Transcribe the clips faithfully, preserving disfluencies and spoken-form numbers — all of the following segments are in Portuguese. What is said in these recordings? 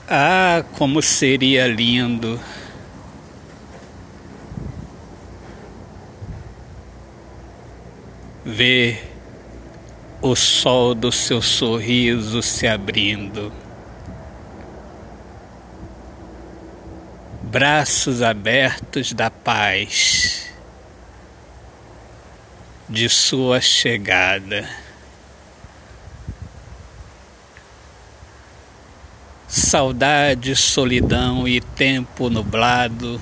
Ah, como seria lindo ver o sol do seu sorriso se abrindo, braços abertos da paz de sua chegada. Saudade, solidão e tempo nublado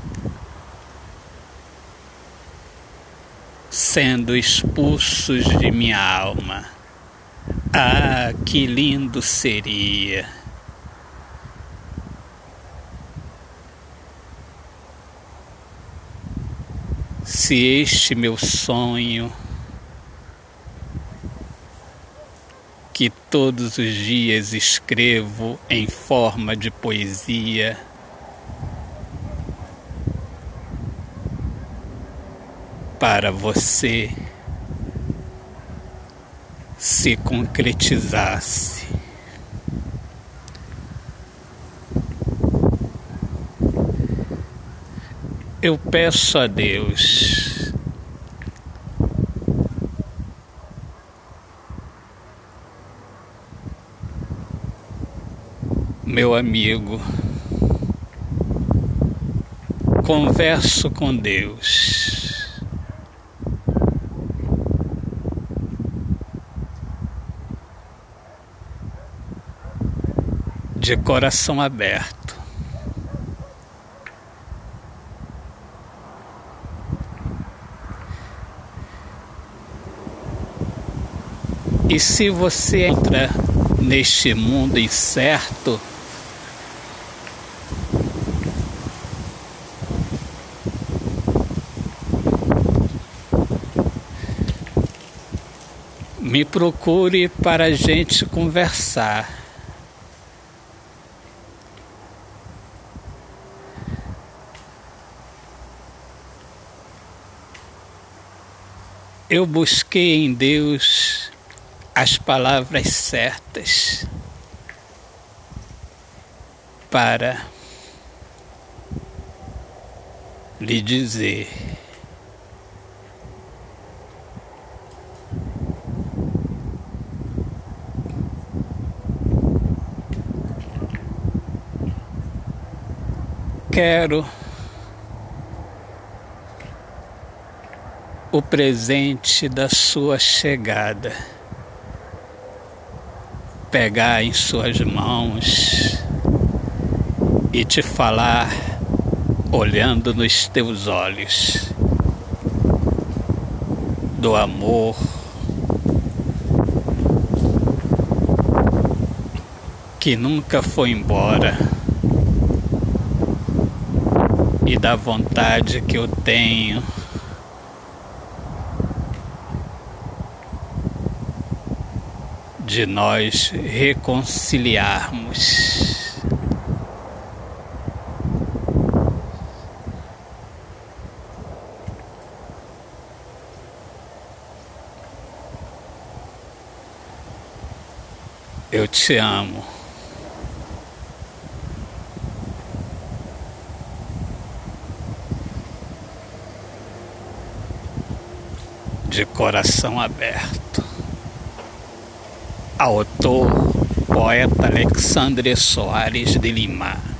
sendo expulsos de minha alma. Ah, que lindo seria se este meu sonho, que todos os dias escrevo em forma de poesia, para você se concretizasse. Eu peço a Deus meu amigo, converso com Deus. De coração aberto. E se você entra neste mundo incerto, me procure para a gente conversar. Eu busquei em Deus as palavras certas para lhe dizer: quero o presente da sua chegada, pegar em suas mãos e te falar olhando nos teus olhos do amor que nunca foi embora e da vontade que eu tenho de nós reconciliarmos. Eu te amo. De coração aberto. Autor, poeta Alexandre Soares de Lima.